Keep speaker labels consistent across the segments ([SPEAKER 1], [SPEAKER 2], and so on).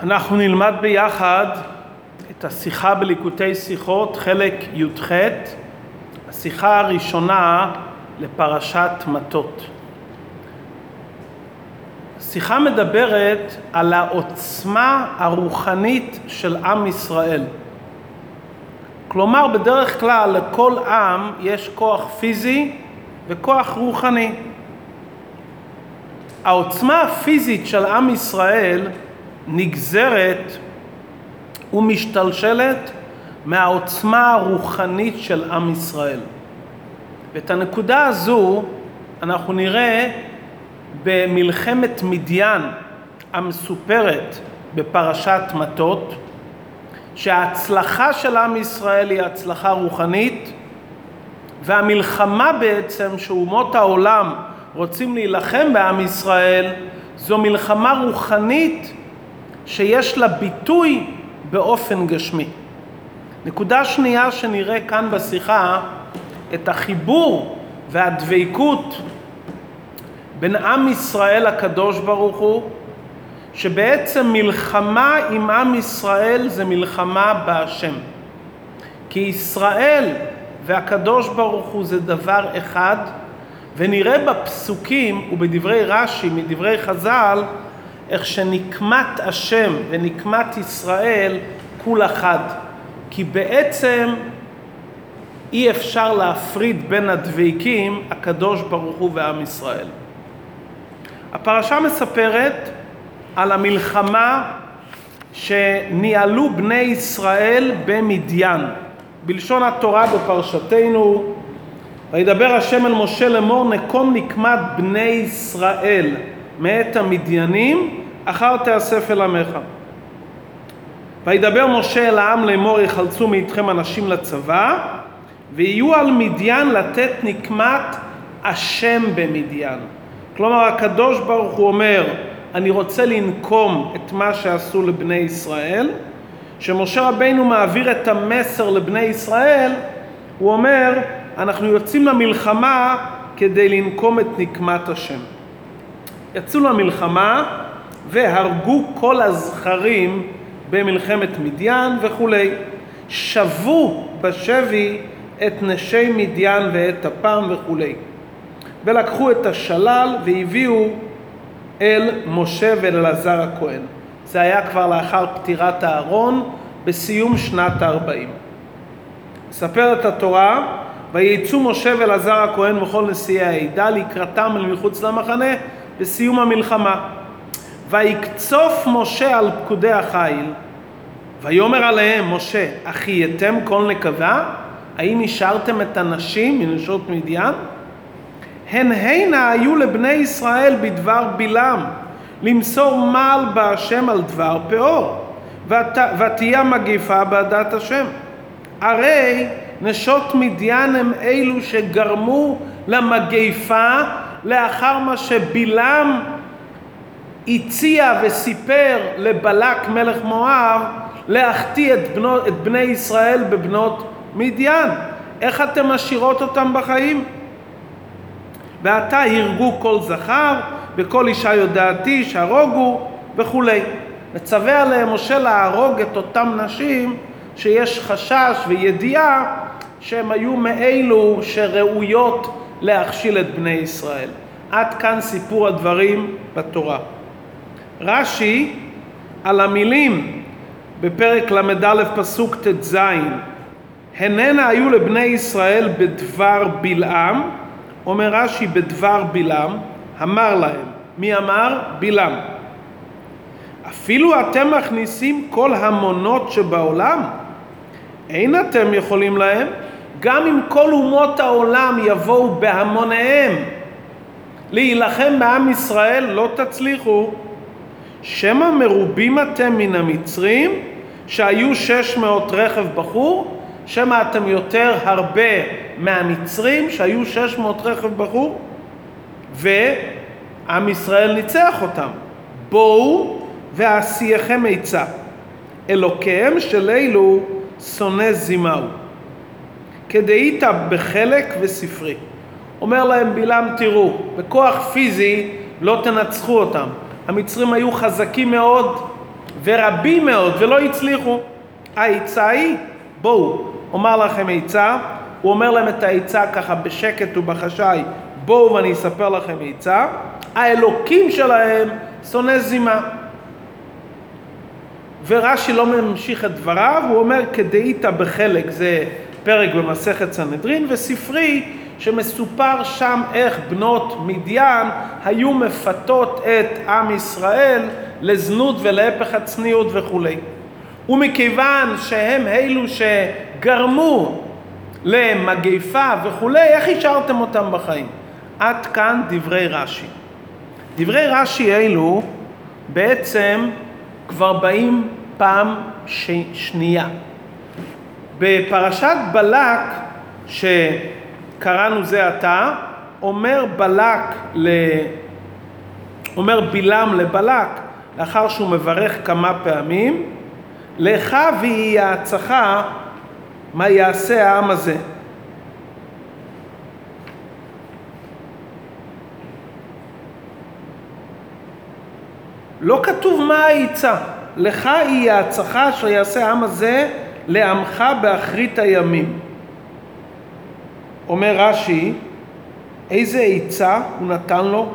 [SPEAKER 1] אנחנו נלמד ביחד את השיחה בליקוטי שיחות, חלק י"ח, השיחה הראשונה לפרשת מטות. השיחה מדברת על העוצמה הרוחנית של עם ישראל. כלומר, בדרך כלל לכל עם יש כוח פיזי וכוח רוחני. העוצמה הפיזית של עם ישראל נגזרת ומשתלשלת מהעוצמה הרוחנית של עם ישראל. ואת הנקודה הזו אנחנו נראה במלחמת מדיין המסופרת בפרשת מטות, שההצלחה של עם ישראל היא הצלחה רוחנית, והמלחמה בעצם שאומות העולם רוצים להילחם בעם ישראל זו מלחמה רוחנית שיש לה ביטוי באופן גשמי. נקודה שנייה שנראה כאן בשיחה את החיבור והדבקות בין עם ישראל הקדוש ברוך הוא, שבעצם מלחמה עם עם ישראל זה מלחמה בהשם. כי ישראל והקדוש ברוך הוא זה דבר אחד, ונראה בפסוקים ובדברי רש"י מדברי חז"ל איך שנקמת השם ונקמת ישראל כול אחד. כי בעצם אי אפשר להפריד בין הדבקים הקדוש ברוך הוא ועם ישראל. הפרשה מספרת על המלחמה שניהלו בני ישראל במדיין. בלשון התורה בפרשתנו, וידבר השם אל משה לאמור, נקום נקמת בני ישראל מאת המדיינים אחר תאסף אל עמך. וידבר משה אל העם לאמור, יחלצו מאיתכם אנשים לצבא, ויהיו על מדיין לתת נקמת השם במדיין. כלומר, הקדוש ברוך הוא אומר, אני רוצה לנקום את מה שעשו לבני ישראל. שמשה רבינו מעביר את המסר לבני ישראל, הוא אומר, אנחנו יוצאים למלחמה כדי לנקום את נקמת השם. יצאו למלחמה והרגו כל הזכרים במלחמת מדיין וכו'. שבו בשבי את נשי מדיין ואת אפם וכו'. ולקחו את השלל והביאו אל משה ואל אלעזר הכהן. זה היה כבר לאחר פטירת הארון בסיום שנת 40. מספרת התורה, ויצאו משה ואלעזר הכהן וכל נשיאי העדה לקראתם אל מחוץ למחנה בסיום המלחמה. ויקצוף משה על פקודי החיל, ויאמר עליהם משה, אחייתם כל נקבה? האם השארתם את הנשים מנשות מדיין? הן הנה היו לבני ישראל בדבר בלעם, למסור מעל בהשם על דבר פאור, ותהיה מגיפה בעדת השם. הרי נשות מדיין הם אלו שגרמו למגיפה לאחר מה שבלעם הציע וסיפר לבלק מלך מואב להחטיא את בני ישראל בבנות מדיין. איך אתם משאירות אותם בחיים? ועתה הרגו כל זכר וכל אישה יודעת איש הרוגו וכו'. מצווה עליהם משה להרוג את אותם נשים שיש חשש וידיעה שהם היו מאלו שראויות להכשיל את בני ישראל. עד כאן סיפור הדברים בתורה. רש"י על המילים בפרק ל"א פסוק ט"ז, הננה היו לבני ישראל בדבר בלעם, אומר רש"י בדבר בלעם, אמר להם. מי אמר? בלעם. אפילו אתם מכניסים כל המונות שבעולם, אין אתם יכולים להם. גם אם כל אומות העולם יבואו בהמוניהם להילחם בעם ישראל, לא תצליחו. שמא מרובים אתם מן המצרים שהיו 600 רכב בחור? שמא אתם יותר הרבה מהמצרים שהיו 600 רכב בחור? ועם ישראל ניצח אותם. בואו ועשייכם עצה, אלוקיהם של אלו שונא זימהו, כדאית בחלק וספרי. אומר להם בלעם, תראו, בכוח פיזי לא תנצחו אותם. המצרים היו חזקים מאוד ורבים מאוד ולא הצליחו. העצה היא, בואו, אומר לכם עצה, הוא אומר להם את העצה ככה בשקט ובחשאי, בואו ואני אספר לכם עצה, האלוקים שלהם שונא זימה. ורש"י לא ממשיך את דבריו, הוא אומר כדאית בחלק, זה פרק במסכת סנהדרין, וספרי שמסופר שם איך בנות מדיין היו מפתות את עם ישראל לזנות ולהפך הצניעות וכו'. ומכיוון שהם אלו שגרמו למגפה וכו', איך השארתם אותם בחיים? עד כאן דברי רש"י. דברי רש"י אלו בעצם כבר באים פעם שנייה. בפרשת בלק שקראנו זה עתה, אומר בלעם לבלק, לאחר שהוא מברך כמה פעמים, לך ויעצך מה יעשה העם הזה. לא כתוב מה העצה. לך יעצך אשר יעשה העם הזה לעמך באחרית הימים. אומר רש"י, איזה עצה הוא נתן לו?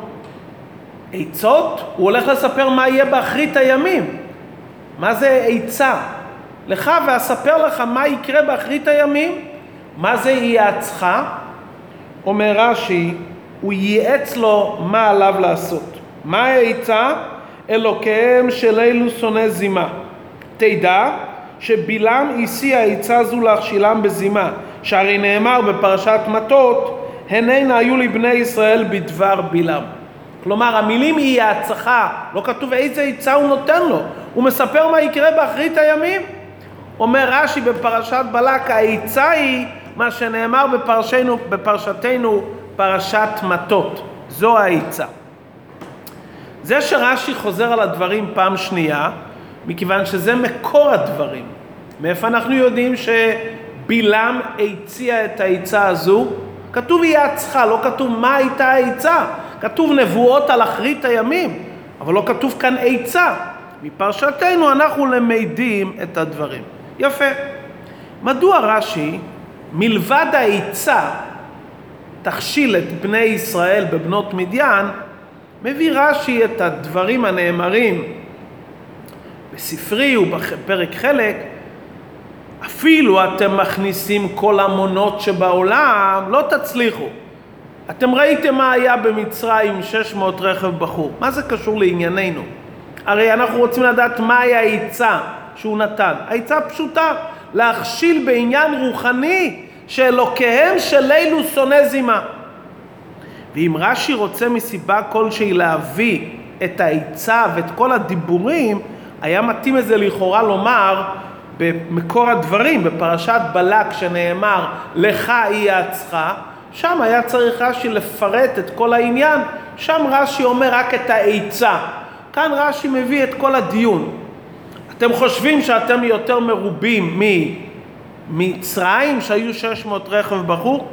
[SPEAKER 1] עצות? הוא הולך לספר מה יהיה באחרית הימים. מה זה עצה? לך ואספר לך מה יקרה באחרית הימים. מה זה יעצך? אומר רש"י, הוא ייעץ לו מה עליו לעשות. מה העצה? אלוקיהם של אלו שונא זימה. תדע שבלעם הציע העצה זו להכשילם בזימה, שהרי נאמר בפרשת מטות, הננה היו לבני ישראל בדבר בלעם. כלומר, המילים היא יעצך, לא כתוב איזה עצה הוא נותן לו. הוא מספר מה יקרה באחרית הימים. אומר רש"י בפרשת בלק, העצה היא מה שנאמר בפרשתנו פרשת מטות. זו העצה. זה שרש"י חוזר על הדברים פעם שנייה, מכיוון שזה מקור הדברים. מאיפה אנחנו יודעים שבלעם הציע את העצה הזו? כתוב יעצך, לא כתוב מה הייתה העצה. כתוב נבואות על אחרית הימים, אבל לא כתוב כאן עצה. מפרשתנו אנחנו למדים את הדברים. יפה. מדוע רש"י, מלבד העצה, תכשיל את בני ישראל בבנות מדיין, מביא רש"י את הדברים הנאמרים בספרי ובפרק חלק, אפילו אתם מכניסים כל המונות שבעולם, לא תצליחו. אתם ראיתם מה היה במצרים 600 רכב בחור. מה זה קשור לענייננו? הרי אנחנו רוצים לדעת מהי העצה שהוא נתן. העצה פשוטה, להכשיל בעניין רוחני שאלוקיהם של אלו שונא זימה. ואם רש"י רוצה מסיבה כלשהי להביא את העצה ואת כל הדיבורים, היה מתאים את זה לכאורה לומר במקור הדברים, בפרשת בלק שנאמר לך יעצך, שם היה צריך רש"י לפרט את כל העניין, שם רש"י אומר רק את העצה. כאן רש"י מביא את כל הדיון. אתם חושבים שאתם יותר מרובים ממצרים שהיו 600 רכב בחור?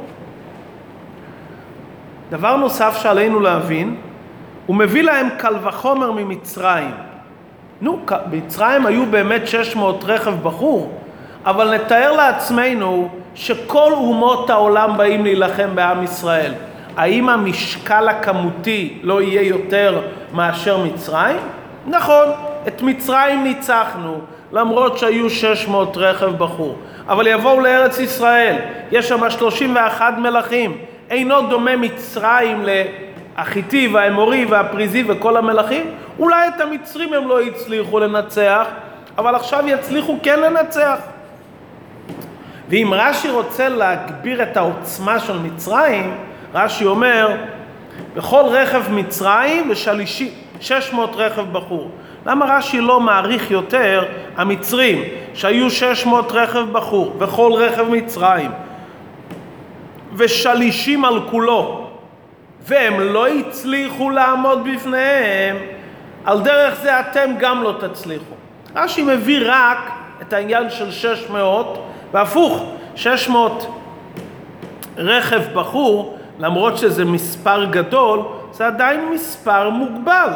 [SPEAKER 1] דבר נוסף שעלינו להבין, הוא מביא להם קל וחומר ממצרים. מצרים היו באמת 600 רכב בחור, אבל נתאר לעצמנו שכל אומות העולם באים להילחם בעם ישראל. האם המשקל הכמותי לא יהיה יותר מאשר מצרים? נכון, את מצרים ניצחנו, למרות שהיו 600 רכב בחור. אבל יבואו לארץ ישראל, יש שם 31 מלכים. אינו דומה מצרים לאחיתי והאמורי והפריזי וכל המלכים? אולי את המצרים הם לא הצליחו לנצח, אבל עכשיו יצליחו כן לנצח. ואם רש"י רוצה להגביר את העוצמה של מצרים, רש"י אומר, בכל רכב מצרים ושלישי 600 רכב בחור. למה רש"י לא מעריך יותר המצרים שהיו 600 רכב בחור וכל רכב מצרים ושלישים על כולו, והם לא הצליחו לעמוד בפניהם, על דרך זה אתם גם לא תצליחו. רש"י מביא רק את העניין של 600, והפוך, 600 רכב בחור, למרות שזה מספר גדול, זה עדיין מספר מוגבל.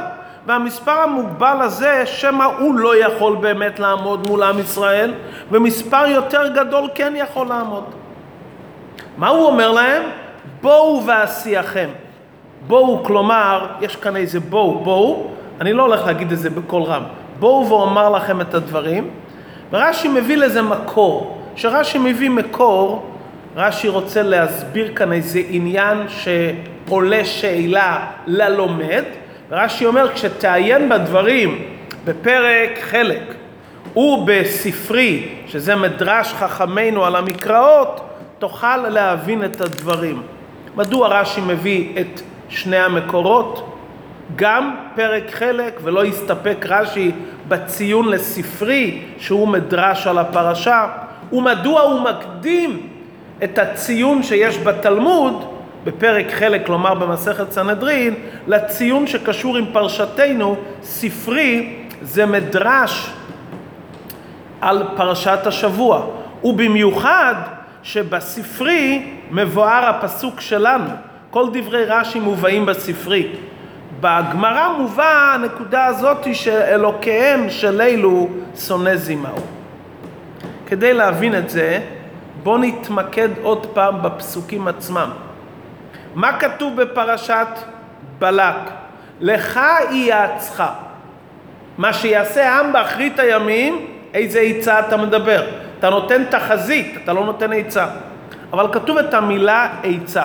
[SPEAKER 1] והמספר המוגבל הזה, שמה הוא לא יכול באמת לעמוד מול עם ישראל, ומספר יותר גדול כן יכול לעמוד. מה הוא אומר להם? בואו ועשייכם. בואו, כלומר, יש כאן איזה בואו, אני לא הולך להגיד את זה בקול רם. בואו ואומר לכם את הדברים, ורש"י מביא לזה מקור. כשרש"י מביא מקור, רש"י רוצה להסביר כאן איזה עניין שעולה שאלה ללומד, ורש"י אומר, כשתעיין בדברים בפרק חלק ובספרי, שזה מדרש חכמינו על המקראות, תוכל להבין את הדברים. מדוע רש"י מביא את שני המקורות? גם פרק חלק, ולא יסתפק רש"י בציון לספרי שהוא מדרש על הפרשה, ומדוע הוא מקדים את הציון שיש בתלמוד בפרק חלק, כלומר במסכת סנהדרין, לציון שקשור עם פרשתנו. ספרי זה מדרש על פרשת השבוע, ובמיוחד שבספרי מבואר הפסוק שלנו. כל דברי רש"י מובאים בספרי. בגמרא מובא הנקודה הזאת שאלוקיהם של אלו שונא זימהו. כדי להבין את זה, בואו נתמקד עוד פעם בפסוקים עצמם. מה כתוב בפרשת בלק? לך יעצך. מה שיעשה העם באחרית הימים, איזה עצה אתה מדבר? אתה נותן תחזית, אתה לא נותן עצה. אבל כתוב את המילה עצה.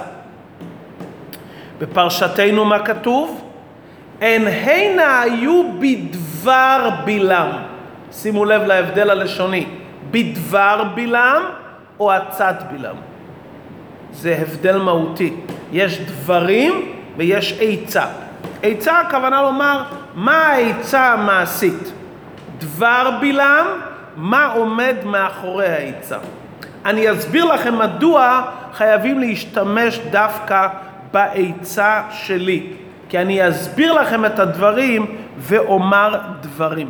[SPEAKER 1] בפרשתנו מה כתוב? הן הנה היו בדבר בלעם. שימו לב להבדל הלשוני. בדבר בלעם או עצת בלעם. זה הבדל מהותי. יש דברים ויש עצה. עצה הכוונה לומר מה העצה המעשית. דבר בלעם, מה עומד מאחורי העצה. אני אסביר לכם מדוע חייבים להשתמש דווקא בעצה שלי. כי אני אסביר לכם את הדברים ואומר דברים.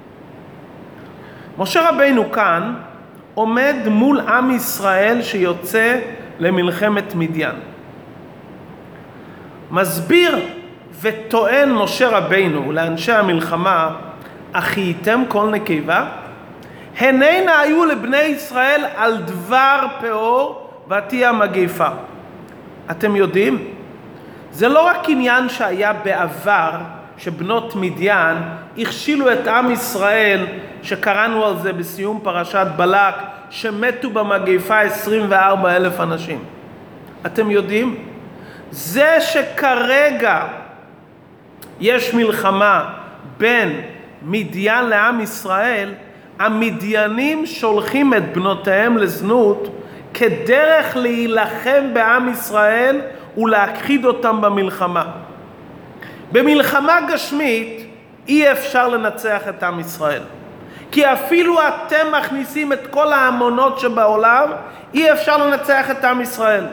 [SPEAKER 1] משה רבינו כאן עומד מול עם ישראל שיוצא למלחמת מדיין. מסביר וטוען משה רבינו לאנשי המלחמה, אחייתם כל נקבה? הננה היו לבני ישראל על דבר פעור ותהיה מגפה. אתם יודעים? זה לא רק עניין שהיה בעבר, שבנות מדיין הכשילו את עם ישראל, שקראנו על זה בסיום פרשת בלק, שמתו במגפה 24,000 אנשים. אתם יודעים? זה שכרגע יש מלחמה בין מדיין לעם ישראל, המדיינים שולחים את בנותיהם לזנות כדרך להילחם בעם ישראל ולהכחיד אותם במלחמה. במלחמה גשמית אי אפשר לנצח את עם ישראל. כי אפילו אתם מכניסים את כל ההמונות שבעולם, אי אפשר לנצח את עם ישראל.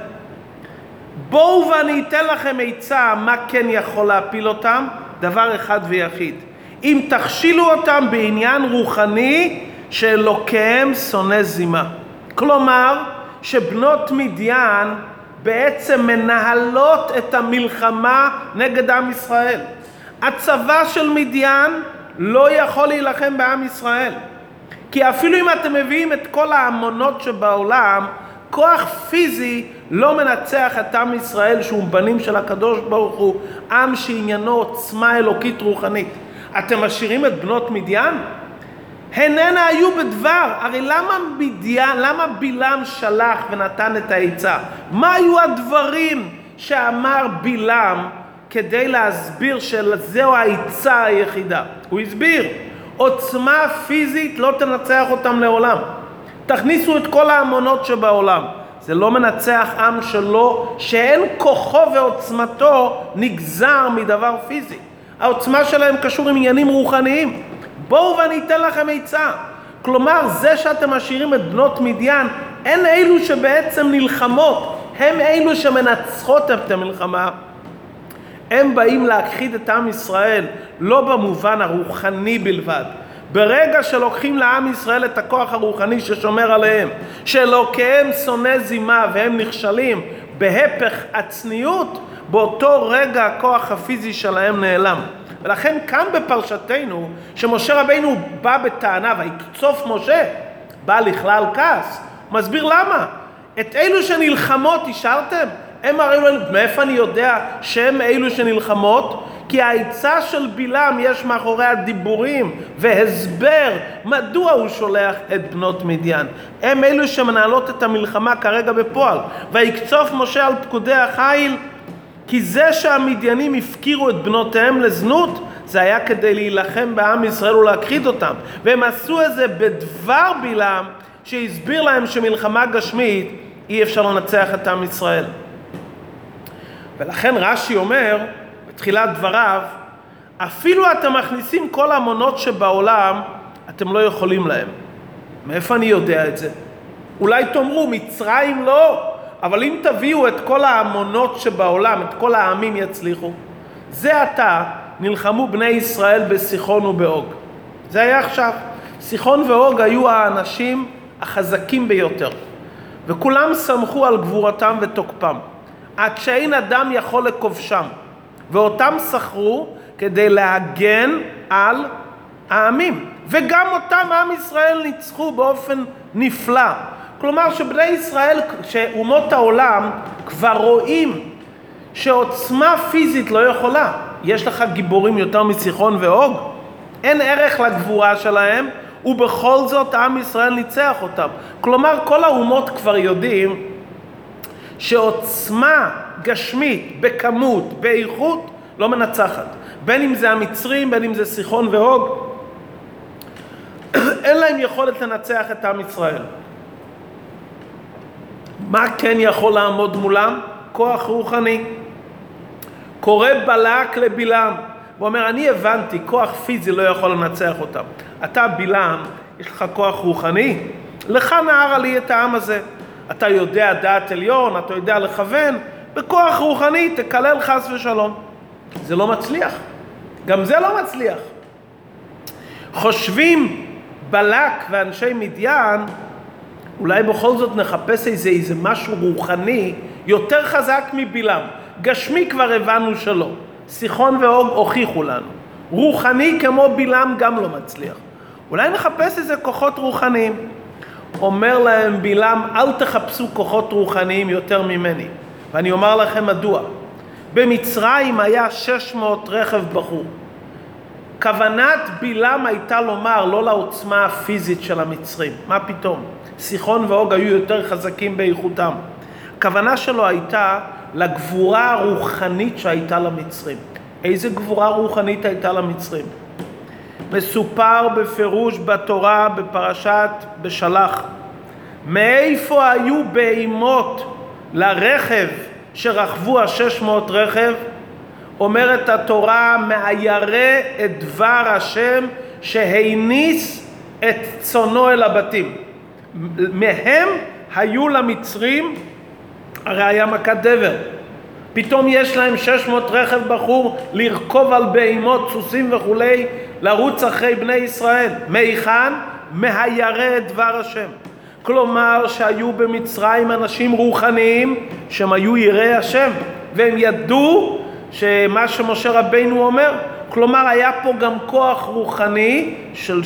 [SPEAKER 1] בואו ואני אתן לכם עצה מה כן יכול להפיל אותם, דבר אחד ויחיד. אם תכשילו אותם בעניין רוחני שאלוקיהם שונא זימה. כלומר, שבנות מדיין בעצם מנהלות את המלחמה נגד עם ישראל. הצבא של מדיין לא יכול להילחם בעם ישראל. כי אפילו אם אתם מביאים את כל ההמונות שבעולם, כוח פיזי לא מנצח את עם ישראל שהוא בנים של הקדוש ברוך הוא, עם שעניינו עוצמה אלוקית רוחנית. אתם משאירים את בנות מדיין? הננה היו בדבר. הרי למה בלעם שלח ונתן את העצה? מה היו הדברים שאמר בלעם כדי להסביר שזהו העצה היחידה? הוא הסביר, עוצמה פיזית לא תנצח אותם לעולם. תכניסו את כל ההמונות שבעולם. זה לא מנצח עם שלו, שאין כוחו ועוצמתו נגזר מדבר פיזי. העוצמה שלהם קשור עם עניינים רוחניים. בואו ואני אתן לכם עצה. כלומר, זה שאתם משאירים את בנות מדיין, הן אלו שבעצם נלחמות, הם אלו שמנצחות את המלחמה. הם באים להכחיד את עם ישראל, לא במובן הרוחני בלבד. ברגע שלוקחים לעם ישראל את הכוח הרוחני ששומר עליהם, שאלוקיהם שונא זימה והם נכשלים בהפך הצניעות, באותו רגע הכוח הפיזי שלהם נעלם. ולכן כאן בפרשתנו, שמשה רבינו בא בטענה, ויקצוף משה, בא לכלל כעס, הוא מסביר למה. את אלו שנלחמות השארתם? הם הראו לנו, מאיפה אני יודע שהם אלו שנלחמות? כי העצה של בלעם יש מאחורי הדיבורים והסבר מדוע הוא שולח את בנות מדיין. הם אלו שמנהלות את המלחמה כרגע בפועל. ויקצוף משה על פקודי החיל, כי זה שהמדיינים הפקירו את בנותיהם לזנות, זה היה כדי להילחם בעם ישראל ולהכחיד אותם. והם עשו את זה בדבר בלעם, שהסביר להם שמלחמה גשמית אי אפשר לנצח את עם ישראל. ולכן רש"י אומר בתחילת דבריו, אפילו אתם מכניסים כל המונות שבעולם, אתם לא יכולים להם. מאיפה אני יודע את זה? אולי תאמרו, מצרים לא, אבל אם תביאו את כל המונות שבעולם, את כל העמים יצליחו. זה עתה נלחמו בני ישראל בסיחון ובאוג. זה היה עכשיו. סיחון ואוג היו האנשים החזקים ביותר. וכולם סמכו על גבורתם ותוקפם. עד שאין אדם יכול לכובשם. ואותם שכרו כדי להגן על העמים. וגם אותם עם ישראל ניצחו באופן נפלא. כלומר שבני ישראל, שאומות העולם כבר רואים שעוצמה פיזית לא יכולה. יש לך גיבורים יותר מסיחון ואוג? אין ערך לגבורה שלהם, ובכל זאת עם ישראל ניצח אותם. כלומר כל האומות כבר יודעים שעוצמה גשמית בכמות, באיכות, לא מנצחת. בין אם זה המצרים, בין אם זה סיחון ואוג, אין להם יכולת לנצח את עם ישראל. מה כן יכול לעמוד מולם? כוח רוחני. קורא בלק לבלעם, ואומר, אני הבנתי, כוח פיזי לא יכול לנצח אותם. אתה בלעם, יש לך כוח רוחני? לך נערה לי את העם הזה. אתה יודע דעת עליון, אתה יודע לכוון, בכוח רוחני תקלל חס ושלום. זה לא מצליח. גם זה לא מצליח. חושבים בלק ואנשי מדיין, אולי בכל זאת נחפש איזה משהו רוחני יותר חזק מבלעם. גשמי כבר הבנו שלא. סיחון ואוג הוכיחו לנו. רוחני כמו בלעם גם לא מצליח. אולי נחפש איזה כוחות רוחניים. אומר להם בלעם, אל תחפשו כוחות רוחניים יותר ממני. ואני אומר לכם מדוע. במצרים היה 600 רכב בחור. כוונת בלעם הייתה לומר לא לעוצמה הפיזית של המצרים. מה פתאום? סיחון ואוג היו יותר חזקים באיכותם. הכוונה שלו הייתה לגבורה הרוחנית שהייתה למצרים. איזה גבורה רוחנית הייתה למצרים? מסופר בפירוש בתורה בפרשת בשלח. מאיפה היו בהמות לרכב שרכבו 600 רכב? אומרת התורה, מהירא את דבר השם שהניס את צונו אל הבתים. מהם היו למצרים, הרי היה מכת דבר. פתאום יש להם 600 רכב בחור לרכוב על בהמות, סוסים וכולי, לרוץ אחרי בני ישראל. מהיכן? מהירא את דבר השם. כלומר שהיו במצרים אנשים רוחניים שהם היו יראי השם, והם ידעו שמה שמשה רבינו אומר, כלומר היה פה גם כוח רוחני של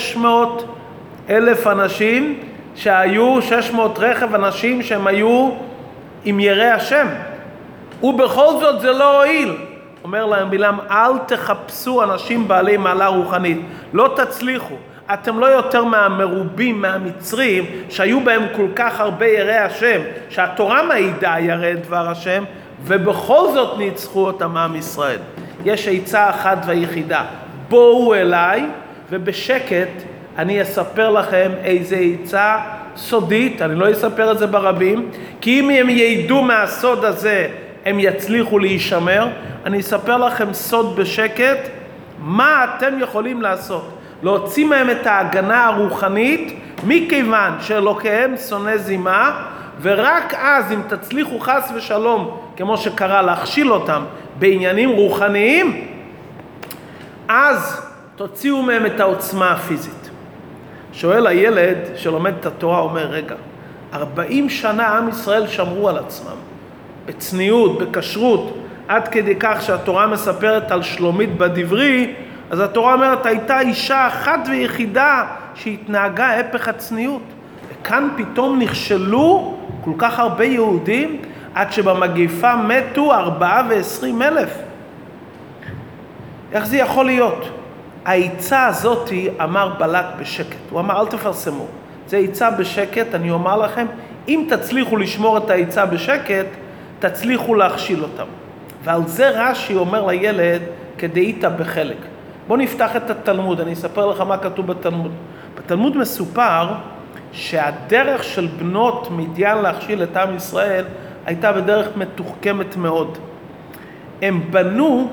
[SPEAKER 1] 600,000 אנשים שהיו 600 רכב אנשים שהם היו עם יראי השם. ובכל זאת זה לא הועיל. אומר להם בלעם, אל תחפשו אנשים בעלי מעלה רוחנית, לא תצליחו. אתם לא יותר מהמרובים, מהמצרים, שהיו בהם כל כך הרבה יראי השם, שהתורה מעידה ירא את דבר השם, ובכל זאת ניצחו אותם עם ישראל. יש עצה אחת ויחידה, בואו אליי, ובשקט אני אספר לכם איזה עצה סודית, אני לא אספר את זה ברבים, כי אם הם ידעו מהסוד הזה, הם יצליחו להישמר. אני אספר לכם סוד בשקט, מה אתם יכולים לעשות. להוציא מהם את ההגנה הרוחנית, מכיוון שאלוקיהם שונא זימה, ורק אז אם תצליחו חס ושלום, כמו שקרה להכשיל אותם בעניינים רוחניים, אז תוציאו מהם את העוצמה הפיזית. שואל הילד שלומד את התורה, אומר, רגע, 40 שנה עם ישראל שמרו על עצמם, בצניעות, בכשרות, עד כדי כך שהתורה מספרת על שלומית בדברי, אז התורה אומרת, הייתה אישה אחת ויחידה שהתנהגה הפך הצניעות. וכאן פתאום נכשלו כל כך הרבה יהודים, עד שבמגיפה מתו 24,000. איך זה יכול להיות? העיצה הזאת אמר בלק בשקט. הוא אמר, אל תפרסמו. זה עיצה בשקט, אני אומר לכם, אם תצליחו לשמור את העיצה בשקט, תצליחו להכשיל אותם. ועל זה רש"י אומר לילד, כדאית בחלק. בוא נפתח את התלמוד, אני אספר לך מה כתוב בתלמוד. בתלמוד מסופר שהדרך של בנות מדיין להכשיל את עם ישראל הייתה בדרך מתוחכמת מאוד. הם בנו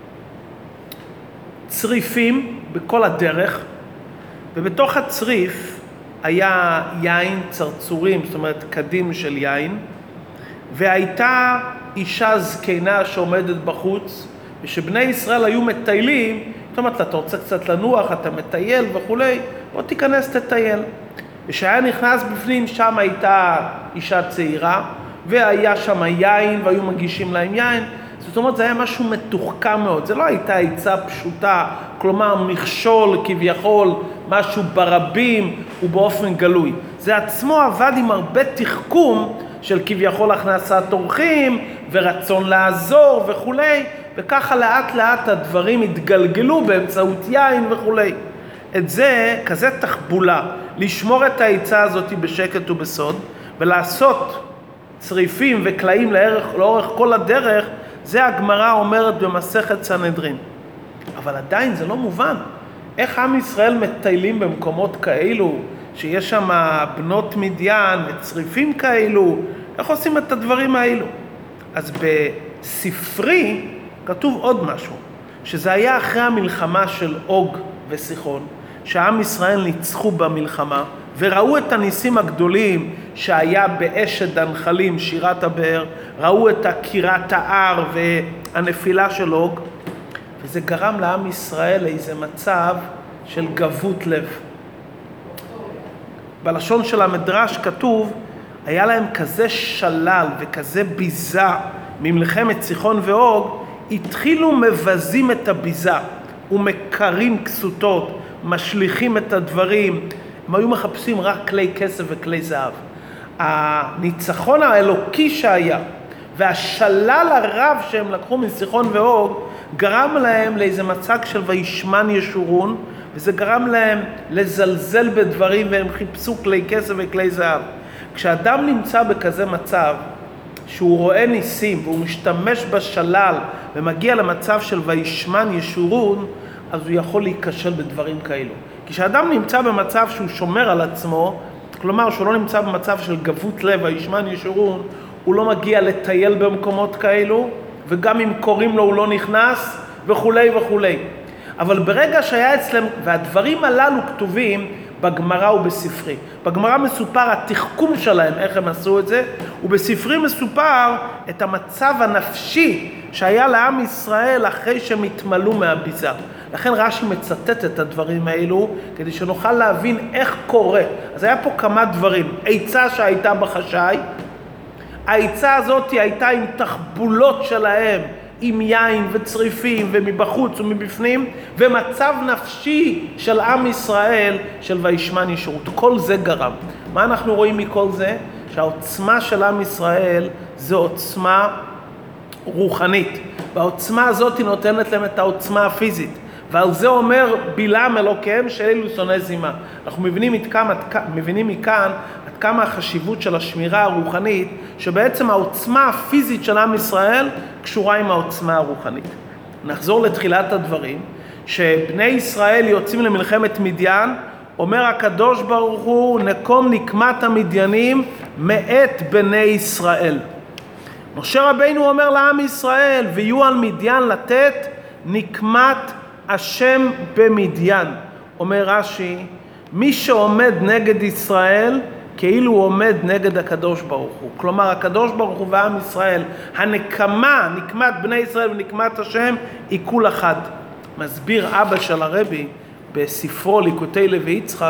[SPEAKER 1] צריפים בכל הדרך, ובתוך הצריף היה יין, צרצורים, זאת אומרת קדים של יין, והייתה אישה זקנה שעומדת בחוץ, ושבני ישראל היו מטיילים, זאת אומרת, אתה רוצה קצת לנוח, אתה מטייל וכולי, בוא תיכנס תטייל. ושהיה נכנס בפנים, שם הייתה אישה צעירה, והיה שם יין, והיו מגישים להם יין. זאת אומרת, זה היה משהו מתוחכם מאוד. זה לא הייתה עיצה פשוטה, כלומר, מכשול כביכול, משהו ברבים ובאופן גלוי. זה עצמו עבד עם הרבה תחכום של כביכול הכנסת אורחים, ורצון לעזור וכולי, וככה לאט לאט הדברים התגלגלו באמצעות יין וכולי. את זה, כזה תחבולה, לשמור את העיצה הזאת בשקט ובסוד, ולעשות צריפים וקלעים לאורך כל הדרך, זה הגמרא אומרת במסכת סנהדרין. אבל עדיין זה לא מובן. איך עם ישראל מטיילים במקומות כאלו, שיש שם בנות מדיין וצריפים כאלו, איך עושים את הדברים האלו? אז בספרי כתוב עוד משהו, שזה היה אחרי המלחמה של אוג וסיחון, שעם ישראל ניצחו במלחמה, וראו את הניסים הגדולים שהיה באשת הנחלים, שירת הבאר, ראו את קירת ההר והנפילה של אוג, וזה גרם לעם ישראל לאיזה מצב של גבות לב. בלשון של המדרש כתוב, היה להם כזה שלל וכזה ביזה ממלחמת סיחון ואוג, התחילו מבזים את הביזה ומקרים כסותות, משליכים את הדברים, הם היו מחפשים רק כלי כסף וכלי זהב. הניצחון האלוקי שהיה והשלל הרב שהם לקחו מסיחון ואוג גרם להם לאיזה מצג של וישמן ישורון, וזה גרם להם לזלזל בדברים והם חיפשו כלי כסף וכלי זהב. כשאדם נמצא בכזה מצב שהוא רואה ניסים והוא משתמש בשלל ומגיע למצב של וישמן ישורון, אז הוא יכול להיכשל בדברים כאלו. כשאדם נמצא במצב שהוא שומר על עצמו, כלומר שהוא לא נמצא במצב של גבות לב, וישמן ישורון, הוא לא מגיע לטייל במקומות כאלו, וגם אם קוראים לו הוא לא נכנס וכולי וכולי. אבל ברגע שהיה אצלם, והדברים הללו כתובים בגמרא ובספרי. בגמרא מסופר התחכום שלהם, איך הם עשו את זה, ובספרי מסופר את המצב הנפשי שהיה לעם ישראל אחרי שהם התמלאו מהביזה. לכן רש"י מצטט את הדברים האלו, כדי שנוכל להבין איך קורה. אז היה פה כמה דברים. עיצה שהייתה בחשאי, העיצה הזאת הייתה עם תחבולות שלהם, עם יין וצריפים ומבחוץ ומבפנים, ומצב נפשי של עם ישראל של וישמן ישורון. כל זה גרם. מה אנחנו רואים מכל זה? שהעוצמה של עם ישראל זה עוצמה רוחנית. והעוצמה הזאת נותנת להם את העוצמה הפיזית. ועל זה אומר בלעם אלוקיהם שאלו שונאי זימה. אנחנו מבינים מכאן עד כמה החשיבות של השמירה הרוחנית, שבעצם העוצמה הפיזית של עם ישראל קשורה עם העוצמה הרוחנית. נחזור לתחילת הדברים, שבני ישראל יוצאים למלחמת מדיין, אומר הקדוש ברוך הוא, נקום נקמת המדיינים מאת בני ישראל. משה רבינו אומר לעם ישראל, ויהיו על מדיין לתת נקמת השם במדיין. אומר רש"י, מי שעומד נגד ישראל כאילו הוא עומד נגד הקדוש ברוך הוא. כלומר, הקדוש ברוך הוא ועם ישראל, הנקמה, נקמת בני ישראל ונקמת השם, היא כול אחת. מסביר אבא של הרבי בספרו ליקוטי לוי יצחק,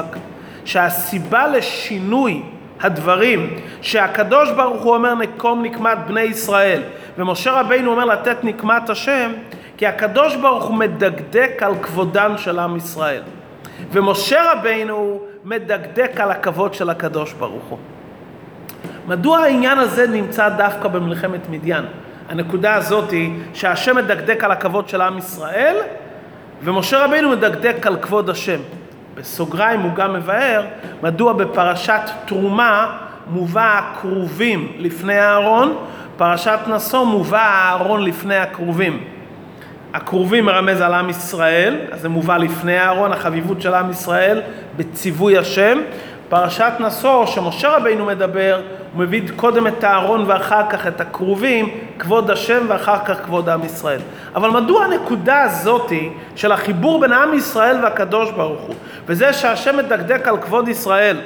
[SPEAKER 1] שהסיבה לשינוי הדברים, שהקדוש ברוך הוא אומר נקום נקמת בני ישראל, ומשה רבינו אומר לתת נקמת השם, כי הקדוש ברוך הוא מדקדק על כבודן של עם ישראל. ומשה רבינו מדקדק על הכבוד של הקדוש ברוך הוא. מדוע העניין הזה נמצא דווקא במלחמת מדיין? הנקודה הזאת היא שהשם מדקדק על הכבוד של עם ישראל, ומשה רבינו מדקדק על כבוד השם. בסוגריים הוא גם מבאר מדוע בפרשת תרומה מובא הכרובים לפני הארון, פרשת נשוא מובא הארון לפני הכרובים. הכרובים מרמז על עם ישראל, אז זה מובא לפני הארון, החביבות של עם ישראל בציווי השם. פרשת נשוא, שמשה רבינו מדבר, הוא מביא קודם את הארון ואחר כך את הכרובים, כבוד השם ואחר כך כבוד עם ישראל. אבל מדוע הנקודה הזאת של החיבור בין עם ישראל והקדוש ברוך הוא, וזה שהשם מדקדק על כבוד ישראל,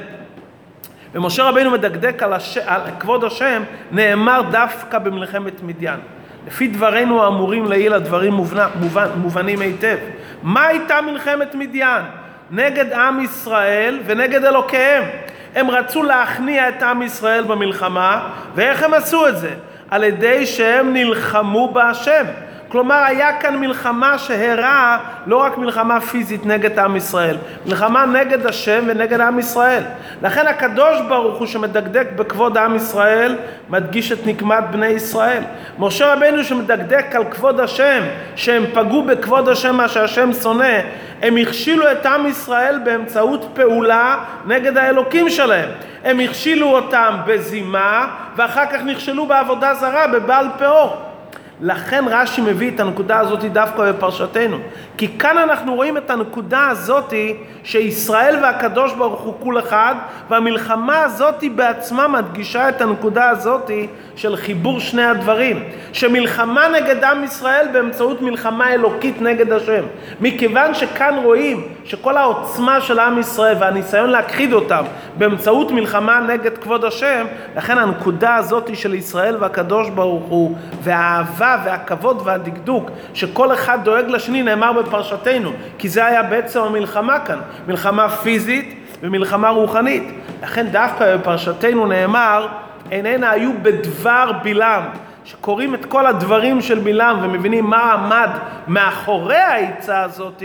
[SPEAKER 1] ומשה רבינו מדקדק על כבוד השם, נאמר דווקא במלחמת מדיין. לפי דברינו האמורים לעיל הדברים מובנים היטב. מה הייתה מלחמת מדיין? נגד עם ישראל ונגד אלוקיהם. הם רצו להכניע את עם ישראל במלחמה, ואיך הם עשו את זה? על ידי שהם נלחמו בהשם. כלומר, היה כאן מלחמה שהראה לא רק מלחמה פיזית נגד עם ישראל, מלחמה נגד השם ונגד עם ישראל. לכן הקדוש ברוך הוא שמדקדק בכבוד עם ישראל, מדגיש את נקמת בני ישראל. משה רבינו שמדקדק על כבוד השם, שהם פגעו בכבוד השם מה שהשם שונא, הם הכשילו את עם ישראל באמצעות פעולה נגד האלוקים שלהם. הם הכשילו אותם בזימה, ואחר כך נכשלו בעבודה זרה, בבעל פאור. לכן רש"י מביא את הנקודה הזאת דווקא בפרשתנו. כי כאן אנחנו רואים את הנקודה הזאת שישראל והקדוש ברוך הוא כול אחד, והמלחמה הזאת בעצמה מדגישה את הנקודה הזאת של חיבור שני הדברים. שמלחמה נגד עם ישראל באמצעות מלחמה אלוקית נגד השם. מכיוון שכאן רואים שכל העוצמה של עם ישראל והניסיון להכחיד אותם באמצעות מלחמה נגד כבוד השם, לכן הנקודה הזאת של ישראל והקדוש ברוך הוא והאהבה והכבוד והדקדוק שכל אחד דואג לשני נאמר בפרשתנו, כי זה היה בעצם המלחמה כאן, מלחמה פיזית ומלחמה רוחנית. לכן דווקא בפרשתנו נאמר, איננה היו בדבר בלעם, שקוראים את כל הדברים של בלעם ומבינים מה עמד מאחורי העצה הזאת,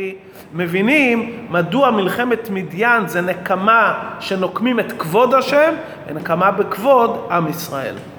[SPEAKER 1] מבינים מדוע מלחמת מדיין זה נקמה שנוקמים את כבוד השם ונקמה בכבוד עם ישראל.